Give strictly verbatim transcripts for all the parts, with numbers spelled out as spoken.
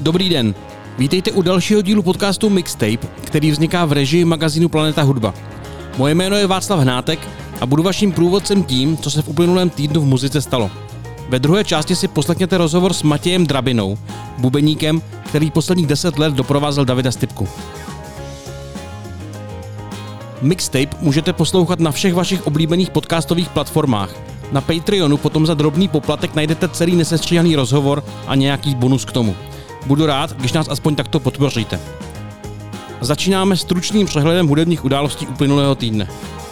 Dobrý den. Vítejte u dalšího dílu podcastu Mixtape, který vzniká v režii magazínu Planeta hudba. Moje jméno je Václav Hnátek a budu vaším průvodcem tím, co se v uplynulém týdnu v muzice stalo. Ve druhé části si poslechněte rozhovor s Matějem Drabinou, bubeníkem, který posledních deset let doprovázel Davida Stypku. Mixtape můžete poslouchat na všech vašich oblíbených podcastových platformách. Na Patreonu potom za drobný poplatek najdete celý nesestříhaný rozhovor a nějaký bonus k tomu. Budu rád, když nás aspoň takto podpoříte. Začínáme stručným přehledem hudebních událostí uplynulého týdne.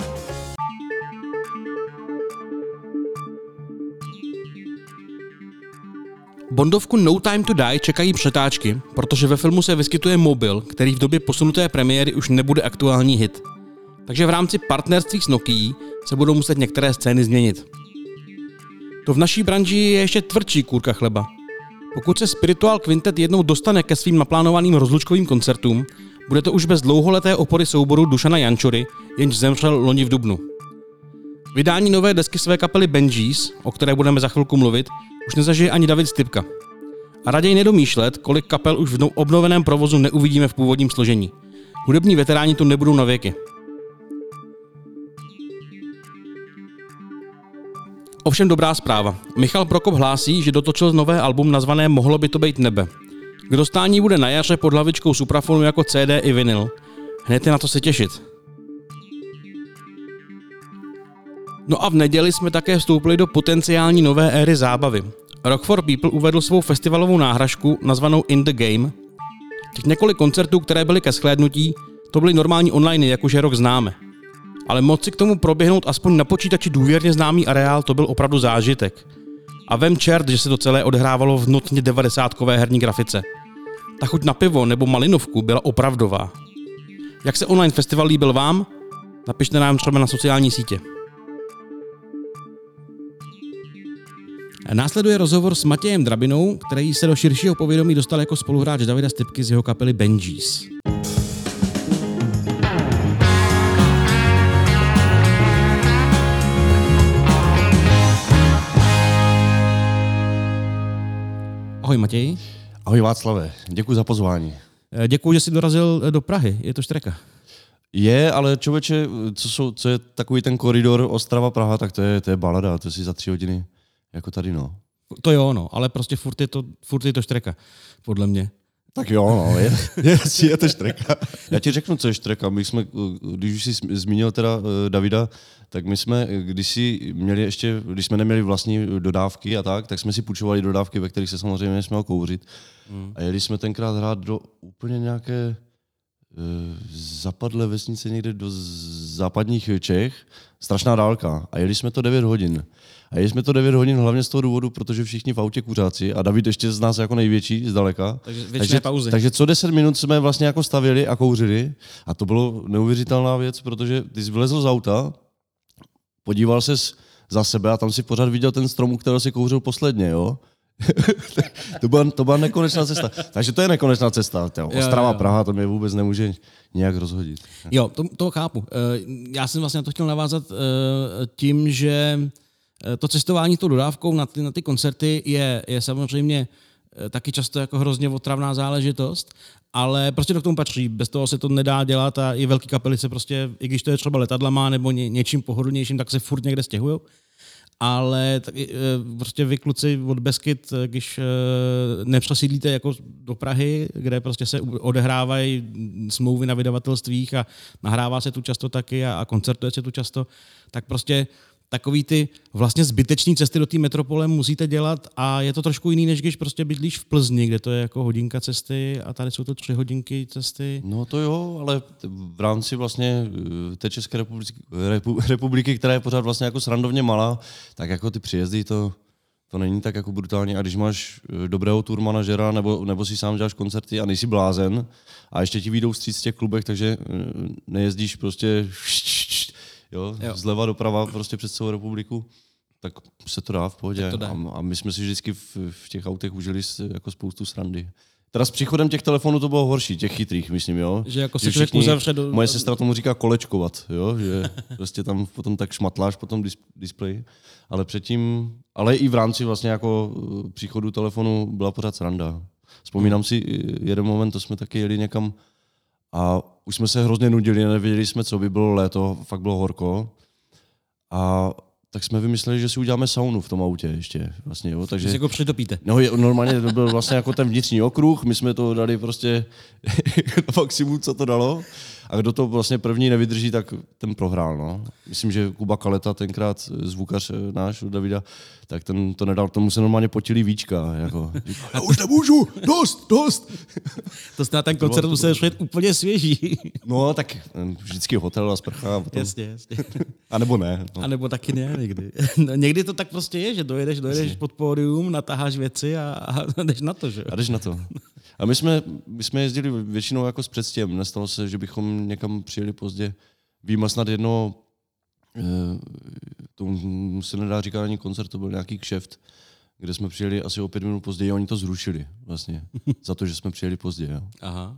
Bondovku No Time to Die čekají přetáčky, protože ve filmu se vyskytuje mobil, který v době posunuté premiéry už nebude aktuální hit. Takže v rámci partnerství s Nokií se budou muset některé scény změnit. To v naší branži je ještě tvrdší kůrka chleba. Pokud se Spiritual Quintet jednou dostane ke svým naplánovaným rozlučkovým koncertům, bude to už bez dlouholeté opory souboru Dušana Jančury, jenž zemřel loni v dubnu. Vydání nové desky své kapely Benjis, o které budeme za chvilku mluvit, už nezažije ani David Stypka. A raději nedomýšlet, kolik kapel už v obnoveném provozu neuvidíme v původním složení. Hudební veteráni tu nebudou na věky. Ovšem dobrá zpráva. Michal Prokop hlásí, že dotočil nové album nazvané Mohlo by to být nebe. K dostání bude na jaře pod hlavičkou Suprafonu jako C D i vinyl. Hned je na to se těšit. No a v neděli jsme také vstoupili do potenciální nové éry zábavy. Rock for People uvedl svou festivalovou náhražku nazvanou In the Game. Těch několik koncertů, které byly ke shlédnutí, to byly normální online, jak už je rok známe. Ale moci k tomu proběhnout aspoň na počítači důvěrně známý areál, to byl opravdu zážitek. A vem čert, že se to celé odehrávalo v notně devadesátkové herní grafice. Ta chuť na pivo nebo malinovku byla opravdová. Jak se online festival líbil vám? Napište nám třeba na sociální sítě. Následuje rozhovor s Matějem Drabinou, který se do širšího povědomí dostal jako spoluhráč Davida Stypky z jeho kapely Benjis. Ahoj Matěj. Ahoj Václave, děkuji za pozvání. Děkuji, že jsi dorazil do Prahy, je to štreka. Je, ale člověče, co, jsou, co je takový ten koridor Ostrava-Praha, tak to je, to je balada, to si za tři hodiny jako tady, no. To jo, no, ale prostě furt je to, furt je to štreka, podle mě. Tak jo, no, je, je, je to štreka. Já ti řeknu, co je štreka. My jsme, když už jsi zmínil teda Davida, tak my jsme, když si měli ještě, když jsme neměli vlastní dodávky a tak, tak jsme si půjčovali dodávky, ve kterých se samozřejmě nesměl kouřit. Mm. A jeli jsme tenkrát hrát do úplně nějaké uh, zapadlé vesnice někde do západních Čech. Strašná dálka. A jeli jsme to devět hodin. A jeli jsme to devět hodin hlavně z toho důvodu, protože všichni v autě kuřáci a David ještě z nás jako největší, zdaleka. Takže většiné pauzy. Takže co deset minut jsme vlastně jako stavili a kouřili a to bylo neuvěřitelná věc, protože ty jsi vylezl z auta, podíval ses za sebe a tam si pořád viděl ten strom, u kterého si kouřil posledně, jo? to, byla, to byla nekonečná cesta. Takže to je nekonečná cesta. Ostrava, Praha, to mě vůbec nemůže nějak rozhodit. Jo, to, to chápu. Já jsem vlastně na to chtěl navázat tím, že to cestování tou dodávkou na ty, na ty koncerty je, je samozřejmě taky často jako hrozně otravná záležitost, ale prostě to k tomu patří. Bez toho se to nedá dělat a i velký kapely se prostě, i když to je třeba letadlama nebo ně, něčím pohodlnějším, tak se furt někde stěhujou. Ale tak, prostě vy kluci od Beskyt, když nepřesídlíte jako do Prahy, kde prostě se odehrávají smlouvy na vydavatelstvích a nahrává se tu často taky a, a koncertuje se tu často, tak prostě takový ty vlastně zbytečný cesty do té metropole musíte dělat a je to trošku jiný, než když prostě bydlíš v Plzni, kde to je jako hodinka cesty a tady jsou to tři hodinky cesty. No to jo, ale v rámci vlastně té České republiky, republiky, která je pořád vlastně jako srandovně malá, tak jako ty příjezdy to, to není tak jako brutální a když máš dobrého tour manažera nebo, nebo si sám děláš koncerty a nejsi blázen a ještě ti vyjdou vstříc v těch klubech, takže nejezdíš prostě Jo, jo. zleva doprava prostě přes celou republiku, tak se to dá v pohodě. Dá. A, a my jsme si vždycky v, v těch autech užili jako spoustu srandy. Teda s příchodem těch telefonů to bylo horší, těch chytrých, myslím, jo. Že jako se člověk uzavře do... Moje sestra tomu říká kolečkovat, jo, že prostě tam potom tak šmatláš po tom dis- displeji, ale předtím, ale i v rámci vlastně jako příchodu telefonu byla pořád sranda. Vzpomínám si jeden moment, to jsme taky jeli někam a už jsme se hrozně nudili, nevěděli jsme, co by bylo léto, fakt bylo horko. A tak jsme vymysleli, že si uděláme saunu v tom autě ještě. Vlastně, jo. Takže, si jako přitopíte. No, normálně to byl vlastně jako ten vnitřní okruh, my jsme to dali prostě na maximum, co to dalo. A kdo to vlastně první nevydrží, tak ten prohrál. No. Myslím, že Kuba Kaleta, tenkrát zvukař náš, Davida, tak ten to nedal, tomu se normálně potili víčka. Jako. Já už nemůžu, dost, dost. To jste na ten koncert musel šlet úplně svěží. No, tak vždycky hotel a sprcha. A potom... Jasně, jasně. A nebo ne. No. A nebo taky ne, někdy. No, někdy to tak prostě je, že dojedeš, dojedeš jasně. pod pódium, natáháš věci a, a jdeš na to, že? A jdeš na to. A my jsme, my jsme jezdili většinou jako s předstihem. Nestalo se, že bychom někam přijeli pozdě. Výjima snad jedno, to se nedá říkat ani koncert, to byl nějaký kšeft, kde jsme přijeli asi o pět minut později a oni to zrušili vlastně. Za to, že jsme přijeli pozdě. Jo. Aha.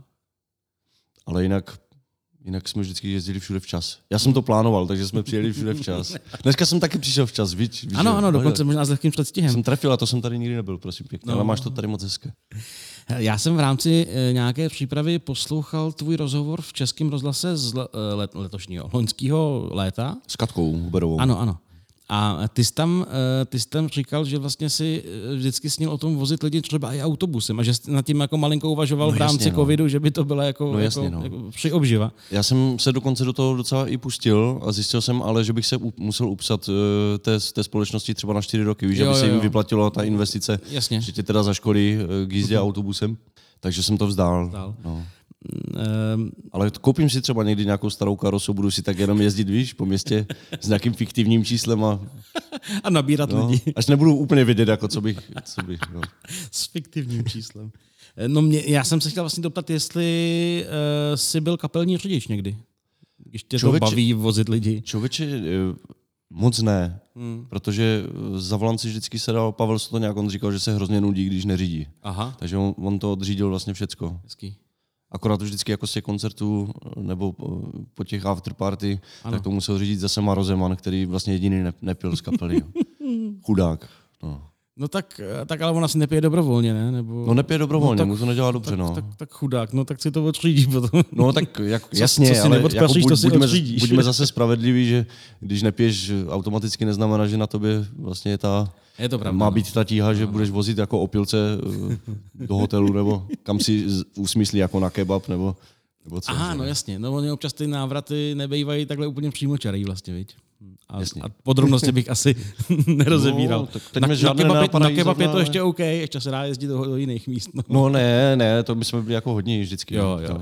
Ale jinak, jinak jsme vždycky jezdili všude včas. Já jsem to plánoval, takže jsme přijeli všude včas. Dneska jsem taky přišel včas, víš? víš ano, ano, dokonce možná s lehkým předstihem. Jsem trefil a to jsem tady nikdy nebyl, prosím pěkně. No. Ale máš to tady moc hezké. Já jsem v rámci nějaké přípravy poslouchal tvůj rozhovor v Českém rozhlase z let, letošního, loňského léta. S Katkou Huberovou. Ano, ano. A ty jsi tam, ty jsi tam říkal, že vlastně si vždycky snil o tom vozit lidi třeba i autobusem a že jsi nad tím jako malinko uvažoval no, v rámci jasně, no. covidu, že by to byla jako, no, jasně, jako, no. jako přiobživa. Já jsem se dokonce do toho docela i pustil a zjistil jsem ale, že bych se u, musel upsat uh, té, té společnosti třeba na čtyři roky, víš, jo, aby se jo, jim jo. vyplatilo ta investice, jasně. že tě teda za školy uh, k jízdě autobusem, takže jsem to vzdál. vzdál. No. Um, ale koupím si třeba někdy nějakou starou karosu, budu si tak jenom jezdit, víš, po městě s nějakým fiktivním číslem a, a nabírat no, lidi. Až nebudu úplně vědět, jako co bych... Co bych no. S fiktivním číslem. No mě, já jsem se chtěl vlastně doptat, jestli uh, jsi byl kapelní řidič někdy. Když tě člověče, to baví vozit lidi. Člověče, moc ne, hmm. protože za volant si vždycky sedal Pavel Stoňák, on říkal, že se hrozně nudí, když neřídí. Aha. Takže on, on to odřídil vlastně všecko. Hezký. Akorát vždycky jako z těch koncertů nebo po, po těch afterparty, ano. tak to musel řídit zase Maro Zeman, který vlastně jediný ne, nepil z kapely. Chudák. No. No tak, tak ale on asi nepije dobrovolně, ne? Nebo... No nepije dobrovolně, no, mu to nedělá dobře, tak, no. Tak, tak chudák, no tak si to odřídí potom. No tak jak, jasně, co, co ale jako buď, to si buďme, odřídíš. buďme zase spravedliví, že když nepiješ, automaticky neznamená, že na tobě vlastně je ta... Je to pravda, má no. být ta tíha, že no. budeš vozit jako opilce do hotelu, nebo kam si usmyslí jako na kebab, nebo... Co, Aha, no jasně. No oni občas ty návraty nebejvají takhle úplně přímočarý vlastně, viď? A, a podrobnosti bych asi nerozebíral. No, tak na, na kebab, na kebab je to ještě OK, ještě se dá jezdit do, do jiných míst. No. no ne, ne, to bychom byli jako hodní vždycky. Jo, jo, jo.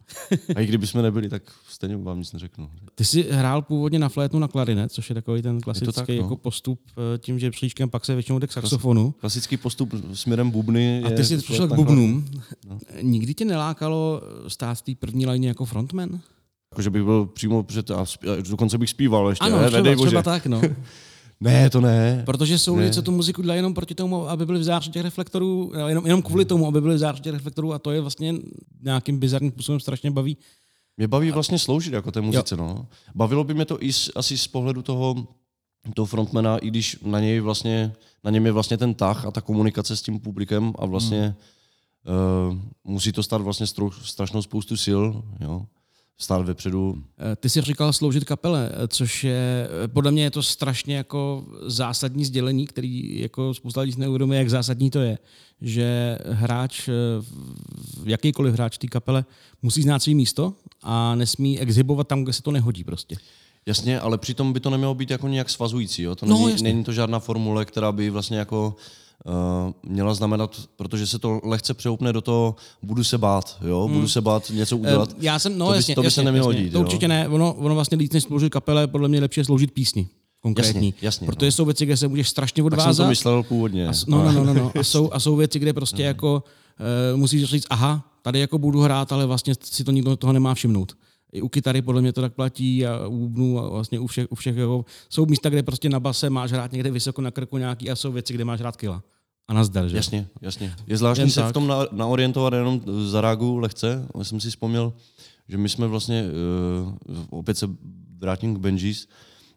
A i kdyby jsme nebyli, tak stejně vám nic neřeknu. Ty jsi hrál původně na flétnu na klarinet, což je takový ten klasický tak, no. jako postup tím, že příčkem pak se většinou jde k saxofonu. Klasický postup směrem bubny. A ty jsi přišel k bubnům. No. Nikdy tě nelákalo stát v té první lajně jako frontman? Jako, že bych byl přímo před, a dokonce bych zpíval ještě. Ano, ne, třeba, třeba tak, no. Ne, to ne. Protože jsou lidi, co tu muziku dělají jenom proti tomu, aby byli v záři těch reflektorů, jenom, jenom kvůli tomu, aby byli v záři těch reflektorů a to je vlastně nějakým bizarním způsobem strašně baví. Mě baví vlastně sloužit jako té muzice, jo. no. Bavilo by mě to i z, asi z pohledu toho, toho frontmana, i když na něj vlastně, na něm je vlastně ten tah a ta komunikace s tím publikem a vlastně hmm. uh, musí to stát vlastně stru, strašnou spoustu sil, jo. Stát vepředu. Ty jsi říkal sloužit kapele, což je, podle mě je to strašně jako zásadní sdělení, který jako spousta lidí neuvědomuje, jak zásadní to je, že hráč, jakýkoliv hráč té kapele musí znát svý místo a nesmí exhibovat tam, kde se to nehodí prostě. Jasně, ale přitom by to nemělo být jako nějak svazující, jo? To není, no, není to žádná formule, která by vlastně jako Uh, měla znamenat, protože se to lehce přehoupne do toho, budu se bát, jo, budu se bát něco udělat. Já jsem, no to by, jasně, to by jasně, se nemělo jasně. dít. To jo? určitě ne, ono, ono vlastně líc než sloužit kapele, podle mě lepší je sloužit písni. Konkrétní. Jasně, jasně, protože no. jsou věci, kde se můžeš strašně odvázat. Tak jsem to myslel původně. A, no, no, no, no, no. A, jsou, a jsou věci, kde prostě jako uh, musíš říct, aha, tady jako budu hrát, ale vlastně si to nikdo toho nemá všimnout. I u kytary podle mě to tak platí a u bubnů a vlastně u všech, u všech jako, jsou místa, kde prostě na base máš hrát někde vysoko na krku nějaký a jsou věci, kde máš hrát kila. A nazdar, že? Jasně, jasně. Je zvláštní se v tom na, naorientovat, jenom zareaguju lehce. Já jsem si vzpomněl, že my jsme vlastně, uh, opět se vrátím k Benjis,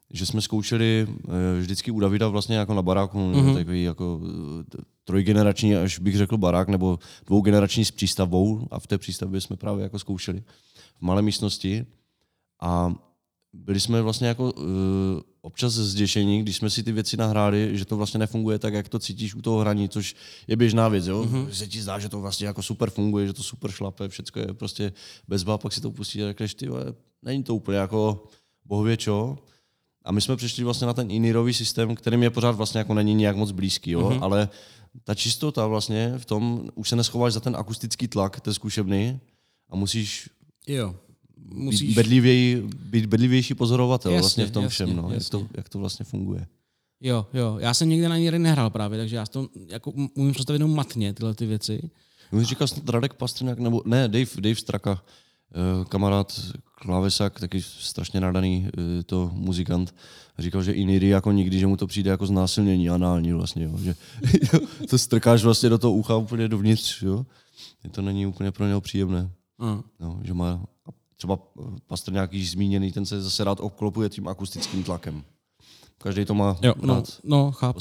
že jsme zkoušeli vždycky u Davida vlastně jako na baráku, mm-hmm. takový jako trojgenerační, až bych řekl barák, nebo dvougenerační s přístavbou a v té přístavbě jsme právě jako zkoušeli v malé místnosti a byli jsme vlastně jako uh, občas zděšení, když jsme si ty věci nahráli, že to vlastně nefunguje tak, jak to cítíš u toho hraní, což je běžná věc, jo? Mm-hmm. Že se ti zdá, že to vlastně jako super funguje, že to super šlape, všecko je prostě bezba, pak si to pustíš a řekneš, ty vole, není to úplně jako bohvě čo. A my jsme přišli vlastně na ten in-earový systém, který mě pořád vlastně jako není nějak moc blízký, jo? Mm-hmm. Ale ta čistota vlastně v tom, už se neschováš za ten akustický tlak té zkušebny a musíš jo. Musíš... být, bedlivěj, být bedlivější pozorovatel jasně, vlastně v tom jasně, všem, no, jasně. jak, to, jak to vlastně funguje. Jo, jo, já jsem nikdy na ní nehrál právě, takže já to jako umím představit jenom matně tyhle ty věci. Můžu říkat snad Radek Pastrňák, nebo ne, Dave, Dave Straka, kamarád, klávesák, taky strašně nadaný to muzikant, říkal, že in-eary jako nikdy, že mu to přijde jako znásilnění anální vlastně, jo, že to strkáš vlastně do toho ucha úplně dovnitř, jo, to není úplně pro něho příjemné, mm. no, že má třeba Pastrňák již zmíněný, ten se zase rád obklopuje tím akustickým tlakem. Každý to má jo, no, rád. No, chápu.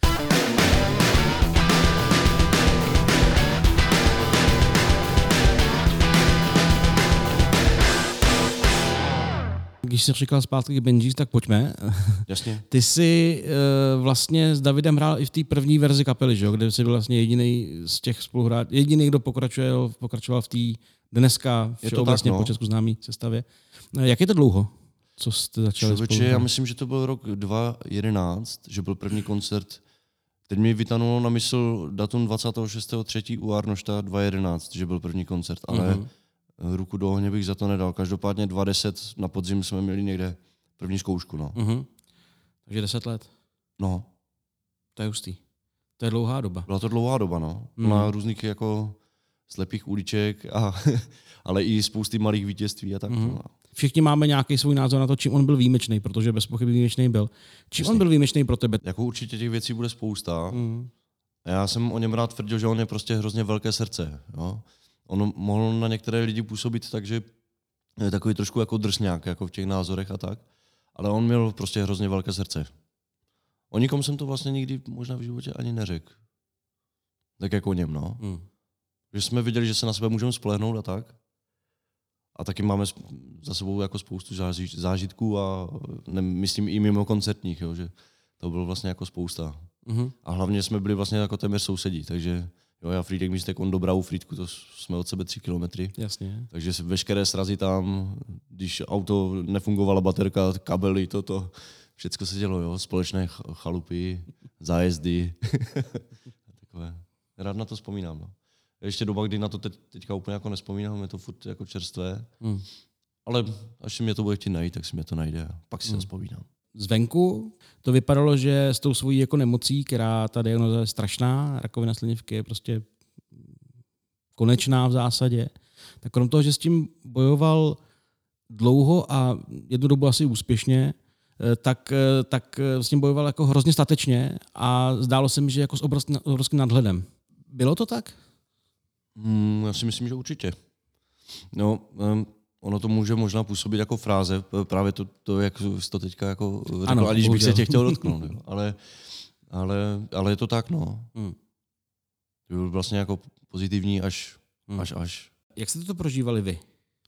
Když jsi říkal zpátky Benjis, tak pojďme. Jasně. Ty jsi uh, vlastně s Davidem hrál i v té první verzi kapely, že? Kde jsi byl vlastně jediný z těch spoluhráčů, jediný, kdo pokračoval, pokračoval v té dneska všeobecně no. po Česku známý sestavě. Jak je to dlouho, co jste začali spolu? Já myslím, že to byl rok dva tisíce jedenáct, že byl první koncert. Teď mi vytanulo na mysl datum dvacátého šestého třetího u Arnošta dva tisíce jedenáct, že byl první koncert, ale mm-hmm. ruku do ohně bych za to nedal. Každopádně dva tisíce deset na podzim jsme měli někde první zkoušku. No. Mm-hmm. Takže deset let. No. To je hustý. To je dlouhá doba. Byla to dlouhá doba, no. Mm. Na různých jako slepých uliček, a, ale i spousty malých vítězství a tak. Mm. No. Všichni máme nějaký svůj názor na to, čím on byl výjimečný, protože bez pochyby výjimečný byl. Čím Jasně. on byl výjimečný pro tebe? Jako určitě těch věcí bude spousta. Mm. Já jsem o něm rád tvrdil, že on je prostě hrozně velké srdce. Jo? On mohl na některé lidi působit tak, že je takový trošku jako drsňák, jako v těch názorech a tak. Ale on měl prostě hrozně velké srdce. O nikom jsem to vlastně nikdy možná v životě ani neřekl. Tak jako o něm, no. Mm. Že jsme viděli, že se na sebe můžeme spolehnout a tak. A taky máme za sebou jako spoustu zážitků a ne, myslím i mimo koncertních, jo, že to bylo vlastně jako spousta. Mm-hmm. A hlavně jsme byli vlastně jako téměř sousedí, takže jo, já Frýdek Místek, on dobrá u Frýdku, to jsme od sebe tři kilometry. Jasně. Takže veškeré srazy tam, když auto nefungovala baterka, kabely, toto, všecko se dělo, jo, společné chalupy, zájezdy. Takové. Rád na to vzpomínám, no. Ještě doba, kdy na to teď, teďka úplně jako nespomínám, je to furt jako čerstvé. Mm. Ale až si mě to bude chtít najít, tak si mě to najde a pak si mm. vzpomínám. Zvenku to vypadalo, že s tou svojí jako nemocí, která ta diagnoza je strašná, rakovina slinivky je prostě konečná v zásadě, tak krom toho, že s tím bojoval dlouho a jednu dobu asi úspěšně, tak, tak s tím bojoval jako hrozně statečně a zdálo se mi, že jako s obrovským nadhledem. Bylo to tak? Hmm, já si myslím, že určitě. No, um, ono to může možná působit jako fráze, právě to, to jak jsi to teďka jako řekl, ano, aniž bych se tě chtěl dotknout. Jo. Ale, ale, ale je to tak, no. Hmm. To byl vlastně jako pozitivní až, hmm. až, až. Jak jste to prožívali vy?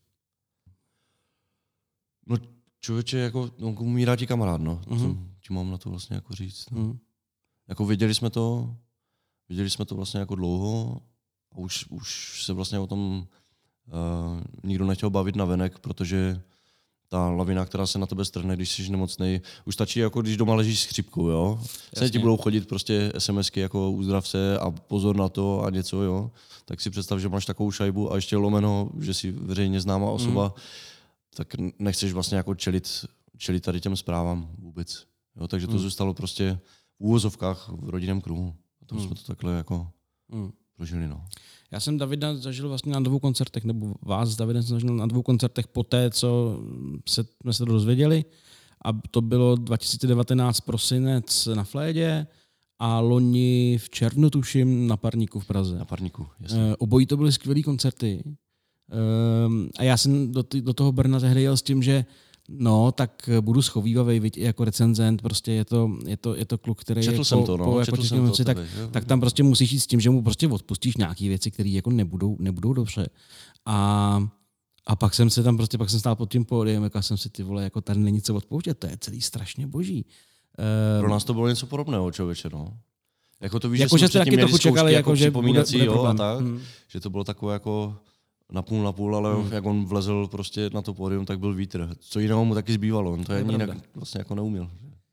No, člověče, jako, no, umírá ti kamarád, no. Mm-hmm. Ti mám na to vlastně jako říct. No. Mm. Jako viděli jsme to, viděli jsme to vlastně jako dlouho a už, už se vlastně o tom uh, nikdo nechtěl bavit navenek, protože ta lavina, která se na tebe strhne, když jsi nemocnej, už stačí, jako když doma ležíš s chřipkou, jo. Se ti budou chodit prostě SMSky jako uzdrav se a pozor na to a něco, jo. Tak si představ, že máš takovou šajbu a ještě lomeno, že jsi veřejně známá osoba, mm. tak nechceš vlastně jako čelit, čelit tady těm zprávám vůbec. Jo, takže to mm. zůstalo prostě v úvozovkách v rodinném kruhu. A tam mm. jsme to takhle jako mm. prožili. No. Já jsem Davida zažil vlastně na dvou koncertech, nebo vás s Davidem jsem zažil na dvou koncertech poté, co se, jsme se to dozvěděli. A to bylo dva tisíce devatenáct prosinec na Flédě a loni v červnu, tuším, na Parníku v Praze. Na Parníku, jasně. Obojí to byly skvělý koncerty. Um, a já jsem do, t- do toho Brna tehdy jel s tím, že No, tak budu schovývavej, viď, jako recenzent, prostě je to, je to, je to kluk, který Četl je jsem po, to, no. po Četl jako jsem to tak, tebe, tak tam prostě musíš jít s tím, že mu prostě odpustíš nějaké věci, které jako nebudou, nebudou dobře. A, a pak jsem se tam prostě, pak jsem stál pod tím pódiem, jako jsem si ty vole, jako tady není co odpouštět, to je celý strašně boží. Pro nás to bylo něco podobného, člověče, no. Jako to víš, jako, že že jsme jste taky trochu čekali, jako, jako, že připomínací, bude, bude jo, a problém. tak, hmm. že to bylo takové jako napůl napůl, ale hmm. jak on vlezl prostě na to pódium, tak byl vítr. Co jiného mu taky zbývalo, on to, to ani jinak vlastně jako neuměl.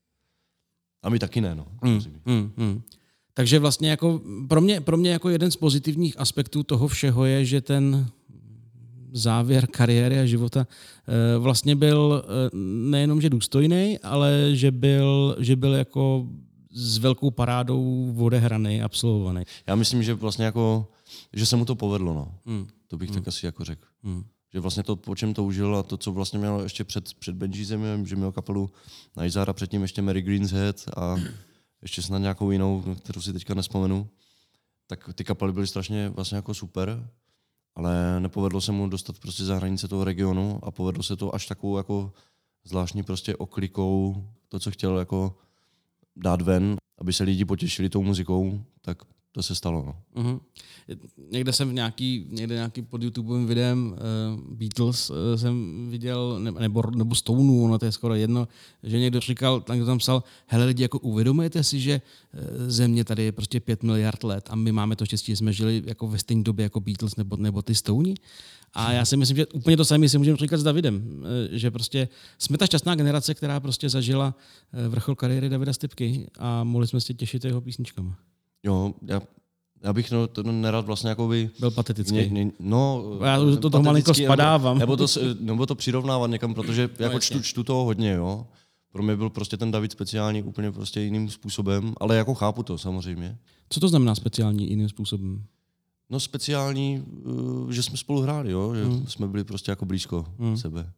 A my taky ne, no. Hmm. Hmm. Hmm. Takže vlastně jako pro mě, pro mě jako jeden z pozitivních aspektů toho všeho je, že ten závěr kariéry a života vlastně byl nejenom, že důstojný, ale že byl, že byl jako s velkou parádou odehraný, absolvovaný. Já myslím, že vlastně jako, že se mu to povedlo, no. Hmm. To bych hmm. tak asi jako řekl. Hmm. Že vlastně to, po čem toužil a to, co vlastně měl ještě před, před Benjizem, že měl kapelu Najzara, předtím ještě Mary Green's Head a ještě snad nějakou jinou, kterou si teďka nespomenu, tak ty kapely byly strašně vlastně jako super, ale nepovedlo se mu dostat prostě za hranice toho regionu a povedlo se to až takovou jako zvláštní prostě oklikou, to, co chtěl jako dát ven, aby se lidi potěšili tou muzikou, tak to se stalo. No. Uh-huh. Někde jsem v nějaký, někde nějaký pod YouTubeovým videem uh, Beatles uh, jsem viděl, ne, nebo, nebo Stonů, ono to je skoro jedno, že někdo říkal, někdo tam psal, hele lidi, jako uvědomujete si, že uh, země tady je prostě pět miliard let a my máme to štěstí, že jsme žili jako ve stejné době jako Beatles nebo, nebo ty Stoni. A já si myslím, že úplně to samé si můžeme říkat s Davidem, že prostě jsme ta šťastná generace, která prostě zažila vrchol kariéry Davida Stypky a mohli jsme se těšit jeho písničkama. Jo, já, já bych no, to nerad vlastně jako by... Byl patetický. Ně, ně, no, já to, to toho malinko spadávám. Nebo to, nebo to přirovnávat někam, protože no, jako čtu, čtu toho hodně, jo. Pro mě byl prostě ten David speciální úplně prostě jiným způsobem, ale jako chápu to samozřejmě. Co to znamená speciální jiným způsobem? No speciální, že jsme spolu hráli, jo, že hmm. jsme byli prostě jako blízko hmm. sebe.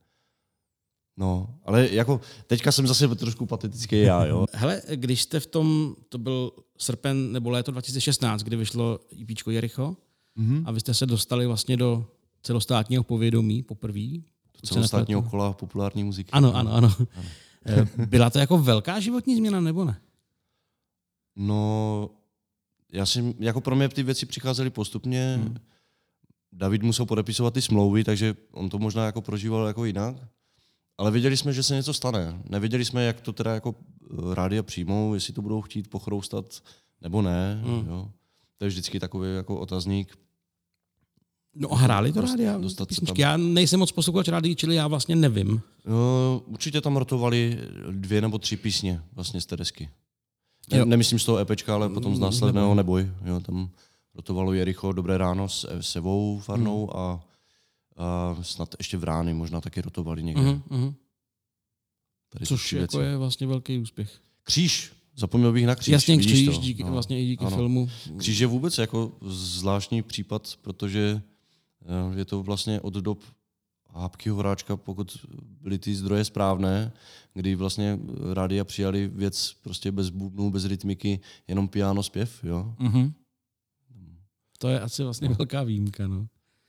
No, ale jako teďka jsem zase trošku patetický já, jo. Hele, když jste v tom, to byl srpen nebo léto dva tisíce šestnáct, kdy vyšlo EPčko Jericho mm-hmm. a vy jste se dostali vlastně do celostátního povědomí poprvé. Celostátního kola populární muziky. Ano, ano, ano. ano. Byla to jako velká životní změna, nebo ne? No, já si, jako pro mě ty věci přicházely postupně. Hmm. David musel podepisovat ty smlouvy, takže on to možná jako prožíval jako jinak. Ale věděli jsme, že se něco stane. Nevěděli jsme, jak to teda jako rádia přijmou, jestli to budou chtít pochroustat nebo ne. Hmm. Jo. To je vždycky takový jako otazník. No a hráli to rádia? Já nejsem moc posluchač rádií, čili já vlastně nevím. No, určitě tam rotovali dvě nebo tři písně vlastně z té desky. Ne, nemyslím z toho EPčka, ale potom z následného Neboj. Jo, tam rotovalo Jericho, Dobré ráno s, s Evou Farnou hmm. a, a snad ještě v rány možná taky rotovali někde. Mm-hmm. Tady což jako je vlastně velký úspěch. Kříž. Zapomněl bych na Kříž. Jasně Kříž, díky, no. vlastně i díky ano. filmu. Kříž je vůbec jako zvláštní případ, protože je to vlastně od dob Hápkyho Horáčka, pokud byly ty zdroje správné, kdy vlastně rádia přijali věc prostě bez bubnů, bez rytmiky, jenom piano zpěv, jo. Mm-hmm. To je asi vlastně no. velká výjimka, no.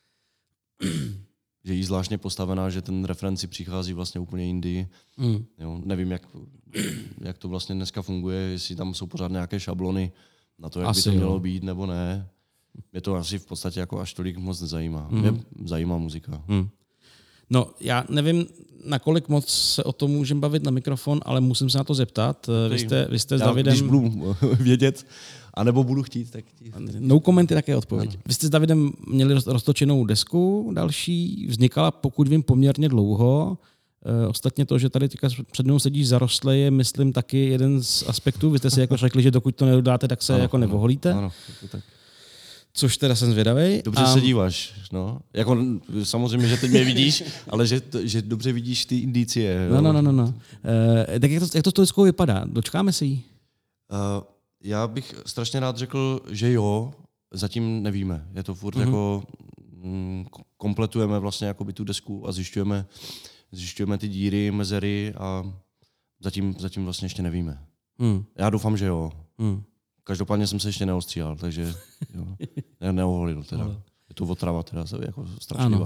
Že jí zvláštně postavená, že ten referenci přichází vlastně úplně jindy. Mm. Jo, nevím, jak, jak to vlastně dneska funguje, jestli tam jsou pořád nějaké šablony na to, jak asi by to mělo jo. být, nebo ne. Mě to asi v podstatě jako až tolik moc nezajímá. Mm. Mě zajímá muzika. Mm. No, já nevím, nakolik moc se o tom můžeme bavit na mikrofon, ale musím se na to zeptat. Vy jste, vy jste s Davidem... Když budu vědět, anebo budu chtít, tak... No comment je také odpověď. Ano. Vy jste s Davidem měli roztočenou desku další, vznikala, pokud vím, poměrně dlouho. E, ostatně to, že tady teďka před mnou sedíš zarostlé, je, myslím, taky jeden z aspektů. Vy jste si jako řekli, že dokud to nedodáte, tak se ano, jako nevoholíte. Ano, to tak. Což teda jsem zvědavej. Dobře a... se díváš, no. Jako, samozřejmě, že teď mě vidíš, ale že, že dobře vidíš ty indicie. No, no, no, no. no. E, tak jak to, jak to s tou vypadá? Dočkáme se jí? Uh, já bych strašně rád řekl, že jo, zatím nevíme. Je to furt mm-hmm. jako, mm, kompletujeme vlastně jakoby tu desku a zjišťujeme, zjišťujeme ty díry, mezery a zatím, zatím vlastně ještě nevíme. Mm. Já doufám, že jo. Mm. Každopádně jsem se ještě neostříhal, takže jo, ne, neoholil teda. Je to otrava teda jako strašlivá. Ano,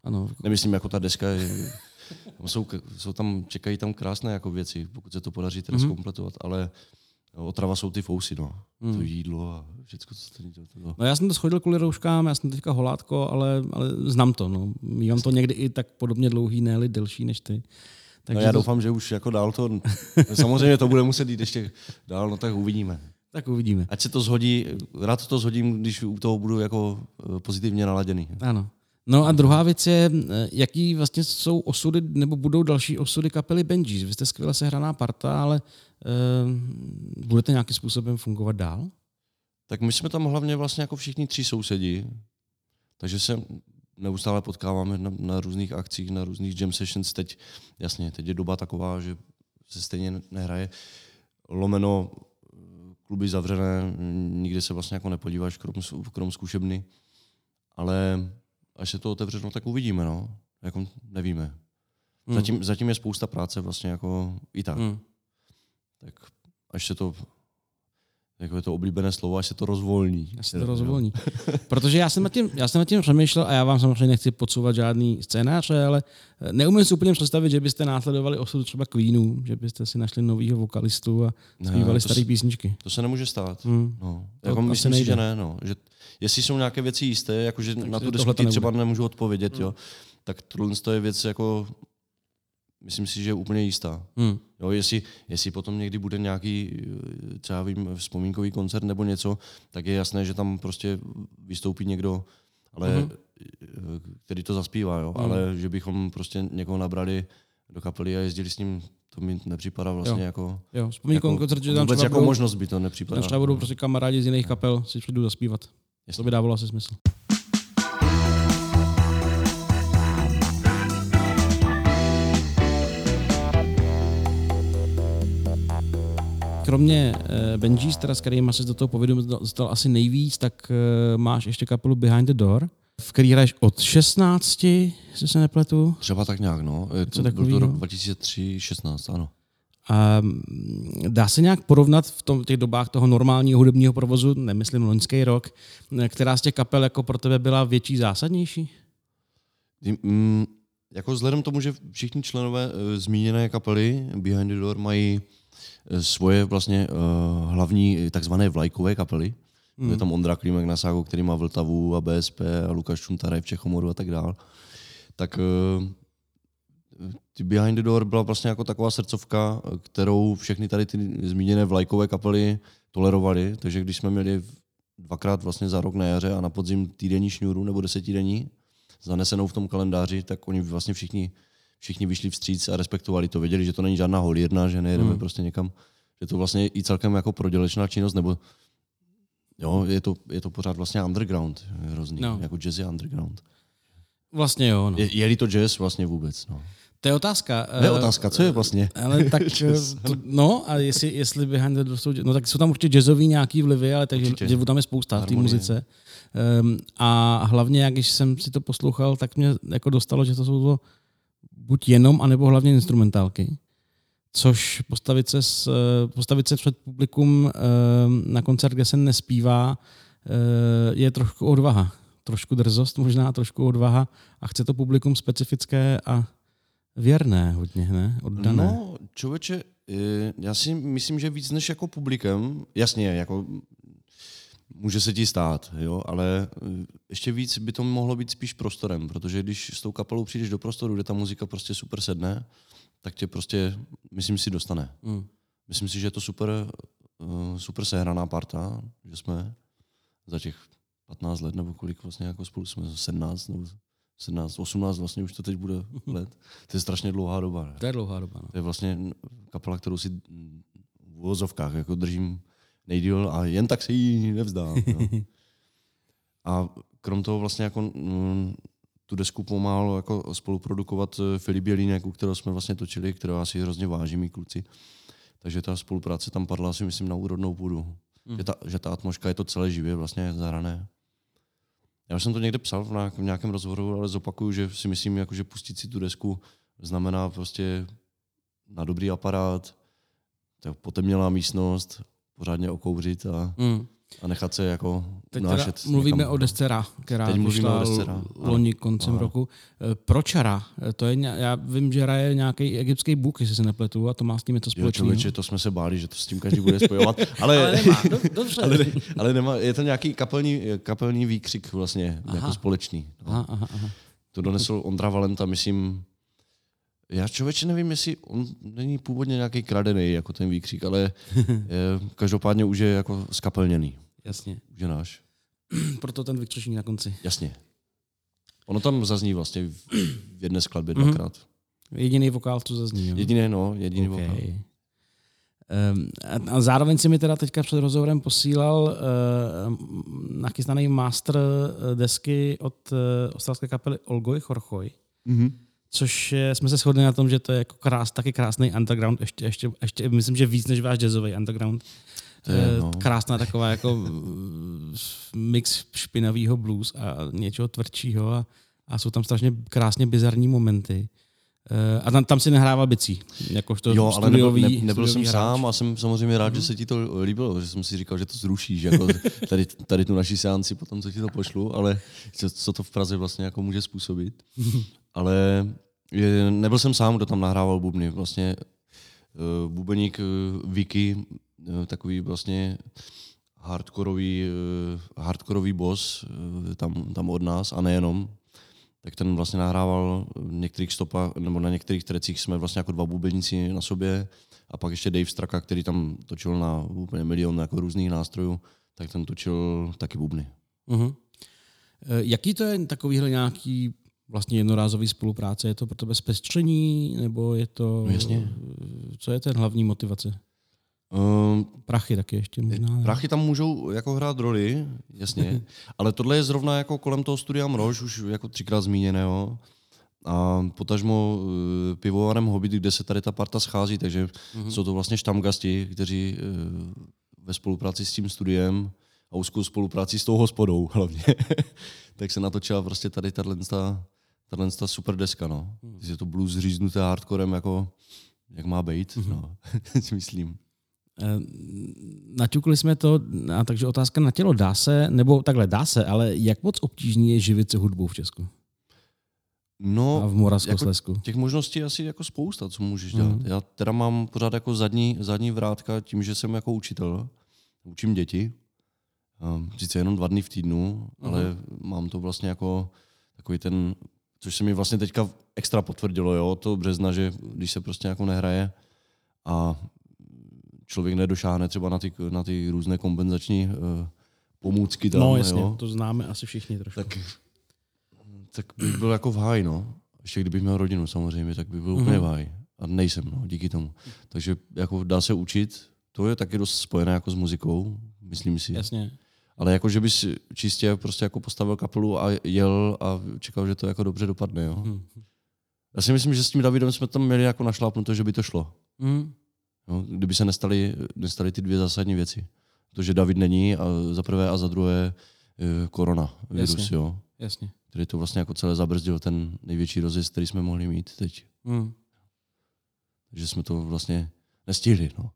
ano. Nemyslím, jako ta deska je, jsou, jsou tam, čekají tam krásné jako věci, pokud se to podaří teda mm-hmm. zkompletovat, ale otrava jsou ty fousy, no. Mm. To jídlo a všechno, co to, to, to. No já jsem to schodil kvůli rouškám, já jsem teďka holátko, ale, ale znám to, no. Mívám to někdy i tak podobně dlouhý, ne-li delší než ty. Takže no já to... doufám, že už jako dál to, samozřejmě to bude muset jít ještě dál, no tak uvidíme. Tak uvidíme. Ať se to zhodí, rád to zhodím, když u toho budu jako pozitivně naladěný. Ano. No a druhá věc je, jaký vlastně jsou osudy, nebo budou další osudy kapely Benjis. Vy jste skvěle sehraná parta, ale uh, budete nějakým způsobem fungovat dál? Tak my jsme tam hlavně vlastně jako všichni tři sousedi, takže se neustále potkáváme na, na různých akcích, na různých jam sessions. Teď, jasně, teď je doba taková, že se stejně nehraje. Lomeno, kluby zavřené, nikde se vlastně jako nepodíváš, krom, krom zkušebny. Ale až se to otevře, no, tak uvidíme, no. Jako nevíme. Hmm. Zatím, zatím je spousta práce vlastně jako i tak. Hmm. Tak až se to, jako je to oblíbené slovo, až se to rozvolní. Až se to rozvolní. Protože já jsem nad tím, já jsem nad tím přemýšlel a já vám samozřejmě nechci podsouvat žádný scénáře, ale neumím si úplně představit, že byste následovali osud třeba Queenů, že byste si našli novýho vokalistu a zpívali staré se, písničky. To se nemůže stát. Hmm. No. Jako myslím si, že ne. No. Že jestli jsou nějaké věci jisté, jakože na tu diskuti třeba nemůžu odpovědět, hmm. jo, tak tohle je věc jako, myslím si, že je úplně jistá. Hmm. Jo, jestli, jestli potom někdy bude nějaký, třeba vím, vzpomínkový koncert nebo něco, tak je jasné, že tam prostě vystoupí někdo, ale hmm. který to zaspívá, jo, hmm. ale že bychom prostě někoho nabrali do kapely a jezdili s ním, to mi nepřipadá vlastně jo. jako... Jo, vzpomínkový jako, koncert, že tam vůbec jako budou, možnost by to nepřipadá. Tam třeba budou prostě kamarádi z jiných kapel si přijdu zaspívat. Jasně. To by dávalo asi smysl. Kromě uh, Benjis, teda s kterými se do toho povědomí dostal asi nejvíc, tak uh, máš ještě kapelu Behind the Door, v který hraješ od šestnácti, jestli se nepletu. Třeba tak nějak, no. To, byl to rok dva tisíce tři šestnáct, ano. A dá se nějak porovnat v tom, těch dobách toho normálního hudebního provozu, nemyslím loňský rok, která z těch kapel jako pro tebe byla větší, zásadnější? Mm, jako vzhledem tomu, že všichni členové uh, zmíněné kapely Behind the Door mají uh, svoje vlastně uh, hlavní takzvané vlajkové kapely. Hmm. Je tam Ondra Klímek na ságu, který má Vltavu a B S P a Lukáš Čuntaraj v Čechomoru a tak dál. Tak uh, Behind the Door byla vlastně jako taková srdcovka, kterou všechny tady ty zmíněné vlajkové kapely tolerovaly, takže když jsme měli dvakrát vlastně za rok na jaře a na podzim týdenní šňůru nebo desetidení zanesenou v tom kalendáři, tak oni vlastně všichni, všichni vyšli vstříc a respektovali to. Věděli, že to není žádná holírna, že nejedeme hmm. prostě někam, že to vlastně i celkem jako prodělečná činnost, nebo jo, je to, je to pořád vlastně underground hrozný, no. Jako jazz je underground. Vlastně jo, no. Je, je-li to jazz vlastně vůbec, no. To je otázka. To je otázka, co je vlastně? Ale tak, to, no a jestli, jestli Behind the Door jsou, no tak jsou tam určitě jazzový nějaký vlivy, ale takže jazzu tam je spousta v té muzice. Um, a hlavně, jak když jsem si to poslouchal, tak mě jako dostalo, že to jsou to buď jenom, anebo hlavně instrumentálky. Což postavit se, s, postavit se před publikum um, na koncert, kde se nespívá, uh, je trošku odvaha. Trošku drzost možná, trošku odvaha a chce to publikum specifické a věrné hodně, ne? Oddané. No, člověče, já si myslím, že víc než jako publikem, jasně, jako může se ti stát, jo, ale ještě víc by to mohlo být spíš prostorem, protože když s tou kapelou přijdeš do prostoru, kde ta muzika prostě super sedne, tak tě prostě, myslím si, dostane. Mm. Myslím si, že je to super, super sehraná parta, že jsme za těch patnáct let, nebo kolik vlastně jako spolu jsme, sedmnáct nebo sedmnáct, osmnáct vlastně už to teď bude let. To je strašně dlouhá doba. Ne? To je dlouhá doba. No. To je vlastně kapela, kterou si v uvozovkách jako držím nejdýl a jen tak se jí nevzdám. No. A krom toho vlastně jako m, tu desku pomáhal jako spoluprodukovat Filip Jelínek, u kterého jsme vlastně točili, kterého asi hrozně váží mý kluci. Takže ta spolupráce tam padla asi myslím na úrodnou půdu. Mm. Že, ta, že ta atmosféra je to celé živě vlastně zahrané. Já už jsem to někde psal v nějakém rozhovoru, ale zopakuju, že si myslím, jako, že pustit si tu desku znamená prostě na dobrý aparát, potemnělá místnost, pořádně okouřit a, mm. a nechat se jako Teď teda mluvíme někam, o desce Ra, která Teď vyšla loni koncem ano. roku. Proč Ra? To je, já vím, že Ra je nějaký egyptský bůh, jestli se nepletu, a to má s tím něco společného. Jo, člověče, to jsme se báli, že to s tím každý bude spojovat. Ale, ale nemá, do, dobře. ale, ne, ale nemá, je to nějaký kapelní, kapelní výkřik vlastně, aha. jako společný. No. Aha, aha, aha. To donesl Ondra Valenta, myslím. Já člověče nevím, jestli on není původně nějaký kradený, jako ten výkřik, ale je, každopádně už je jako skapelněný. Jasně. Už je náš. Proto ten vykřičník na konci. Jasně. Ono tam zazní vlastně v jedné skladbě dvakrát. Mm-hmm. Jediný vokál, co zazní. Jo? Jediný, no, jediný okay. vokál. Um, a zároveň si mi teda teďka před rozhovorem posílal uh, nachystaný master desky od uh, australské kapely Olgoj Chorchoj. Mm-hmm. Což je, jsme se shodli na tom, že to je jako krás, taky krásný underground, ještě, ještě, ještě myslím, že víc než váš jazzový underground. To je, no. Krásná taková jako mix špinavýho blues a něčeho tvrdšího a, a jsou tam strašně krásně bizarní momenty. A tam, tam si nahrával bicí, jakožto jo, ale studiový, nebyl, ne, nebyl jsem hráč. Sám a jsem samozřejmě rád, mm. že se ti to líbilo, že jsem si říkal, že to zrušíš, jako tady, tady tu naši seanci potom, co ti to pošlu, ale co, co to v Praze vlastně jako může způsobit. Ale je, nebyl jsem sám, kdo tam nahrával bubny. Vlastně uh, bubeník uh, Vicky, uh, takový vlastně hardkorový, uh, hardkorový boss uh, tam, tam od nás a nejenom, tak ten vlastně nahrával v některých stopách, nebo na některých trecích jsme vlastně jako dva bubeníci na sobě a pak ještě Dave Straka, který tam točil na úplně milion jako různých nástrojů, tak ten točil taky bubny. Uh-huh. Uh, jaký to je takovýhle nějaký vlastně jednorázový spolupráce? Je to pro tebe zpestření, nebo je to... No jasně. Co je ten hlavní motivace? Um, prachy taky ještě možná. Prachy tam můžou jako hrát roli, jasně, ale tohle je zrovna jako kolem toho studia Mrož, už jako třikrát zmíněného. A potažmo uh, pivovarem Hobbit, kde se tady ta parta schází, takže uh-huh. jsou to vlastně štamgasti, kteří uh, ve spolupráci s tím studiem a úzkou spolupráci s tou hospodou hlavně, tak se natočila prostě tady tato super deska, no. Uh-huh. Je to blues říznuté hardcorem, jako jak má být, uh-huh. no, si myslím. Naťukli jsme to, a takže otázka na tělo, dá se, nebo takhle dá se, ale jak moc obtížný je živit se hudbou v Česku? No, a v Moravskoslezsku? Jako těch možností asi jako spousta, co můžeš dělat. Mm. Já teda mám pořád jako zadní, zadní vrátka tím, že jsem jako učitel, učím děti, sice jenom dva dny v týdnu, mm. ale mám to vlastně jako takový ten, což se mi vlastně teďka extra potvrdilo, jo, to března, že když se prostě jako nehraje a člověk nedošáhne třeba na ty, na ty různé kompenzační uh, pomůcky tam. No jasně, jo? To známe asi všichni trošku. Tak, tak bych byl jako v háji, no. Ještě kdybych měl rodinu samozřejmě, tak bych byl mm-hmm. úplně v háji. A nejsem, no, díky tomu. Takže jako dá se učit, to je taky dost spojené jako s muzikou, myslím si. Jasně. Ale jako, že bys čistě prostě jako postavil kapelu a jel a čekal, že to jako dobře dopadne, jo. Mm-hmm. Já si myslím, že s tím Davidem jsme tam měli jako našlápnuto, že by to šlo. Mm. No, kdyby se nestaly, nestaly ty dvě zásadní věci. To, že David není a za prvé a za druhé e, korona, virus, jasně, jo. Jasně. Který to vlastně jako celé zabrzdil ten největší rozjezd, který jsme mohli mít teď. Mm. Takže jsme to vlastně nestihli, no.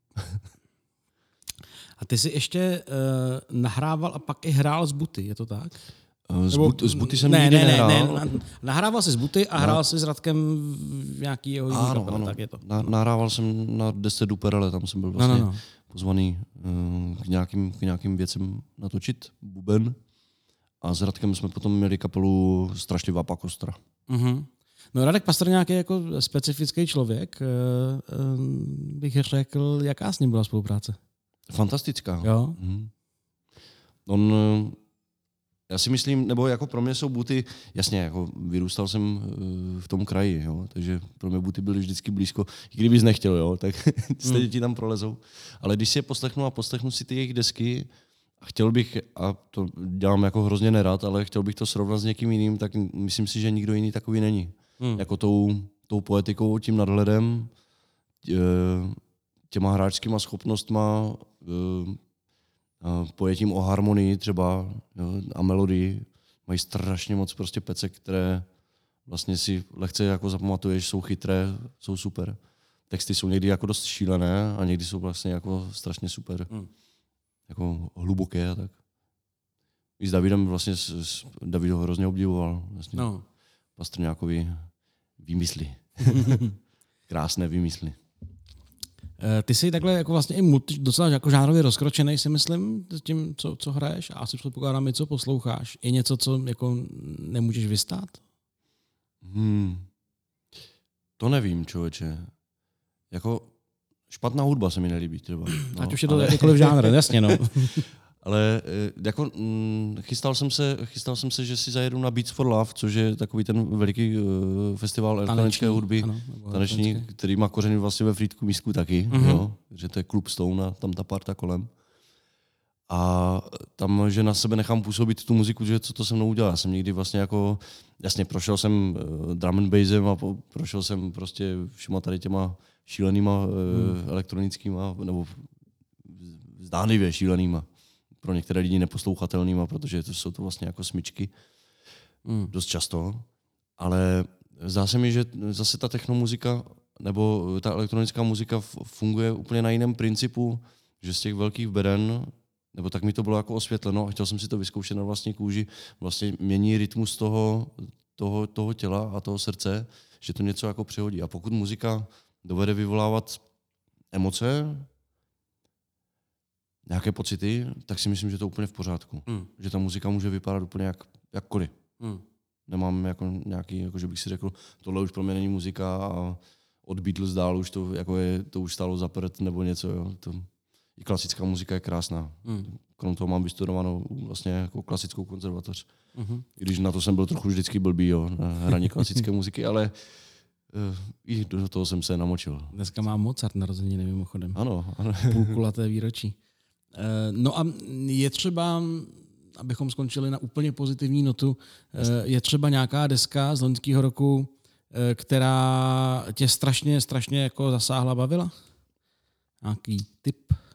A ty jsi ještě uh, nahrával a pak i hrál z buty, je to tak? Z, Nebo, but, z buty jsem ne, nikdy ne, nehrál. Ne, ne, nahrával jsi z buty a no. hrál jsi s Radkem v nějaký jeho jiný kapele, ano. Tak je to. Na, nahrával jsem na desce Duperele, tam jsem byl vlastně no, no, no. pozvaný uh, k, nějakým, k nějakým věcem natočit, buben. A s Radkem jsme potom měli kapelu Strašlivá pakostra. Uh-huh. No Radek Pastrňák je jako specifický člověk, uh, uh, bych řekl, jaká s ním byla spolupráce? Fantastická. Jo. Uh-huh. On... Já si myslím, nebo jako pro mě jsou buty, jasně, jako vyrůstal jsem v tom kraji, jo, takže pro mě buty byly vždycky blízko. I kdybys nechtěl, jo, tak stejně mm. ti tam prolezou. Ale když si je poslechnu a poslechnu si ty jejich desky a chtěl bych, a to dělám jako hrozně nerad, ale chtěl bych to srovnat s někým jiným, tak myslím si, že nikdo jiný takový není. Mm. Jako tou, tou poetikou, tím nadhledem, těma hráčskýma schopnostma, pojetím o harmonii třeba, jo, a melodii. Mají strašně moc prostě pecek, které vlastně si lehce jako zapamatuješ, jsou chytré, jsou super. Texty jsou někdy jako dost šílené a někdy jsou vlastně jako strašně super. Hmm. jako hluboké a tak. I s Davidem vlastně, s, s David ho hrozně obdivoval. Vlastně. No. Pastrňákovi výmysly. Krásné výmysly. Ty jsi takhle jako vlastně i multi, docela jako žánrově rozkročený, si myslím, s tím, co, co hraješ, a asi předpokládám i co posloucháš. Je něco, co jako nemůžeš vystát? Hmm. To nevím, člověče. Jako špatná hudba se mi nelíbí třeba. No, ať už je to ale... jakýkoliv žánr, jasně, no. Ale jako mm, chystal jsem se, chystal jsem se, že si zajedu na Beats for Love, což je takový ten veliký uh, festival elektronické hudby, ano, taneční, který má kořeny vlastně ve Frýdku Místku taky, mm-hmm. jo, že to je klub Stone a tam ta parta kolem. A tam, že na sebe nechám působit tu muziku, že co to se mnou udělá. Já jsem někdy vlastně jako, jasně, prošel jsem uh, drum and bassem a po, prošel jsem prostě všema tady těma šílenýma uh, mm. elektronickýma, nebo zdánlivě šílenýma. Pro některé lidi neposlouchatelnýma, protože to jsou to vlastně jako smyčky mm. dost často. Ale zdá se mi, že zase ta technomuzika nebo ta elektronická muzika funguje úplně na jiném principu, že z těch velkých beden, nebo tak mi to bylo jako osvětleno a chtěl jsem si to vyzkoušet na vlastní kůži, vlastně mění rytmus toho, toho, toho těla a toho srdce, že to něco jako přehodí. A pokud muzika dovede vyvolávat emoce, nějaké pocity, tak si myslím, že to je úplně v pořádku. Mm. Že ta muzika může vypadat úplně jak, jakkoliv. Mm. Nemám jako nějaký, jako že bych si řekl, tohle už pro mě není muzika a od Beatles dál už to, jako je, to už stálo za prd nebo něco. Jo. To, i klasická muzika je krásná. Mm. Krom toho mám vystudovanou vlastně jako klasickou konzervatoř. Mm-hmm. I když na to jsem byl trochu vždycky blbý, jo, na hraní klasické muziky, ale uh, i do toho jsem se namočil. Dneska má Mozart narozeniny mimochodem. Ano. ano. Půlkulaté výročí. No a je třeba, abychom skončili na úplně pozitivní notu, je třeba nějaká deska z loňského roku, která tě strašně, strašně jako zasáhla, bavila? Nějaký tip?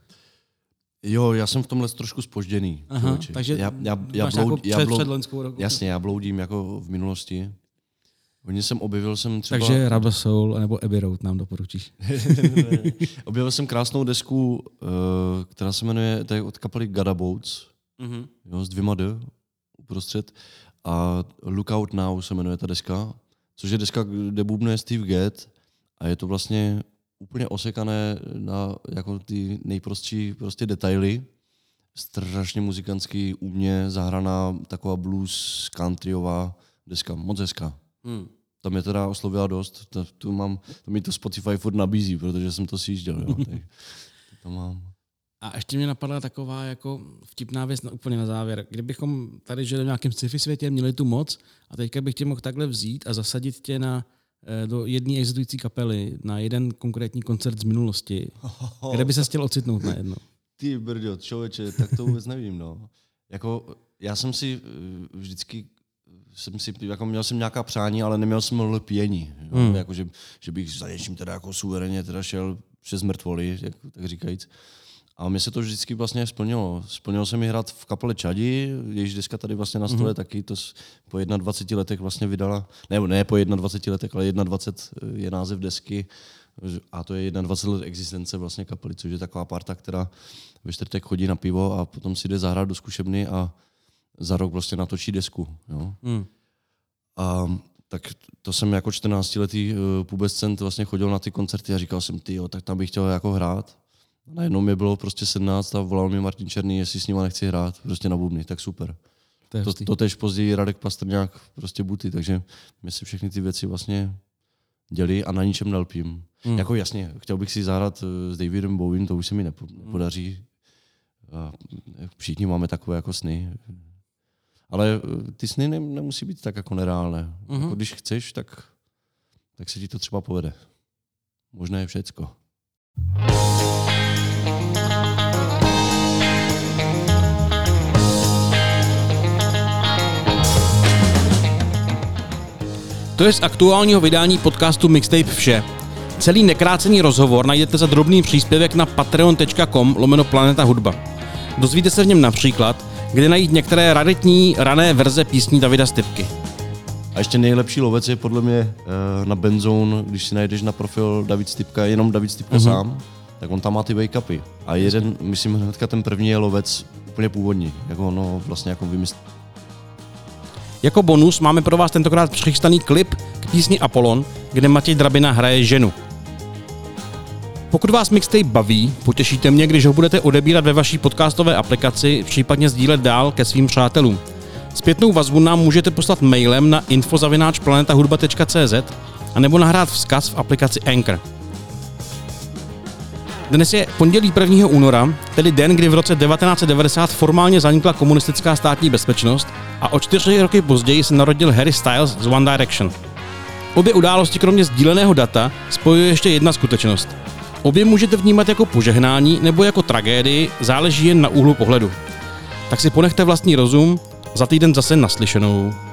Jo, já jsem v tomhle trošku zpožděný. Aha, takže já, já, já máš bloud, jako já před, bloud, před loňskou roku. Jasně, já bloudím jako v minulosti. Hodně jsem objevil jsem třeba... Takže Rubber Soul nebo Abbey Road nám doporučíš. Objevil jsem krásnou desku, která se jmenuje, to je od kapely Gada Boats, mm-hmm. jo, s dvěma D uprostřed. A Lookout Now se jmenuje ta deska, což je deska, kde bubnuje Steve Gadd a je to vlastně úplně osekané na jako ty nejprostší prostě detaily. Strašně muzikantský, umně zahraná taková blues countryová deska, moc hezká. Hmm. Ta mě teda oslovila dost, to, tu mám, to mi to Spotify furt nabízí, protože jsem to sjížděl. Jo. To mám. A ještě mě napadla taková jako vtipná věc na, úplně na závěr. Kdybychom tady žili v nějakém sci-fi světě, měli tu moc a teďka bych tě mohl takhle vzít a zasadit tě na, do jedné existující kapely, na jeden konkrétní koncert z minulosti, oh. kde by se chtěl ocitnout najednou. Ty brďo, člověče, tak to vůbec nevím. No. Jako, já jsem si vždycky jsem si, jako měl jsem nějaká přání, ale neměl jsem lpění. Hmm. Jako, že, že bych za něčím teda jako suverénně teda šel přes mrtvoly, jak, tak říkajíc. A mně se to vždycky vlastně splnilo. Splnilo se mi hrát v kapele Čadi, jejíž deska tady vlastně na stole, mm-hmm. taky to po jednadvaceti letech vlastně vydala, ne, ne po jednadvaceti letech, ale dvacet jedna je název desky a to je dvacet jedna let existence vlastně kapely, což je taková parta, která ve čtvrtek chodí na pivo a potom si jde zahrát do zkušebny a za rok vlastně natočí desku. Jo? Mm. A tak to jsem jako čtrnáctiletý uh, pubescent vlastně chodil na ty koncerty a říkal jsem, ty jo, tak tam bych chtěl jako hrát. A najednou mi bylo prostě sedmnáct a volal mi Martin Černý, jestli s nima nechci hrát, prostě na bubny, tak super. To, to tež později Radek Pastrňák, prostě buty, takže my si všechny ty věci vlastně děli a na ničem nelpím. Mm. Jako jasně, chtěl bych si zahrát s Davidem Bowiem, to už se mi nepodaří. A všichni máme takové jako sny. Ale ty sny ne, nemusí být tak jako nereálné. Mm-hmm. Jako když chceš, tak, tak se ti to třeba povede. Možná je všecko. To je z aktuálního vydání podcastu Mixtape vše. Celý nekrácený rozhovor najdete za drobný příspěvek na patreon tečka com lomeno Planeta Hudba. Dozvíte se v něm například, kde najít některé raritní rané verze písní Davida Stypky. A ještě nejlepší lovec je podle mě na Benzone, když si najdeš na profil David Stypka, jenom David Stypka uh-huh. sám, tak on tam má ty wake-upy. A jeden, myslím, hnedka ten první je Lovec úplně původní, jako ono vlastně jako vymyslel. Jako bonus máme pro vás tentokrát přichystaný klip k písni Apollon, kde Matěj Drabina hraje ženu. Pokud vás mixtape baví, potěšíte mě, když ho budete odebírat ve vaší podcastové aplikaci, případně sdílet dál ke svým přátelům. Zpětnou vazbu nám můžete poslat mailem na info zavináč planeta hudba tečka cé zet a nebo nahrát vzkaz v aplikaci Anchor. Dnes je pondělí prvního února, tedy den, kdy v roce devatenáct set devadesát formálně zanikla komunistická státní bezpečnost a o čtyři roky později se narodil Harry Styles z One Direction. Obě události kromě sdíleného data spojuje ještě jedna skutečnost. Obě můžete vnímat jako požehnání nebo jako tragédii, záleží jen na úhlu pohledu. Tak si ponechte vlastní rozum, za týden zase naslyšenou.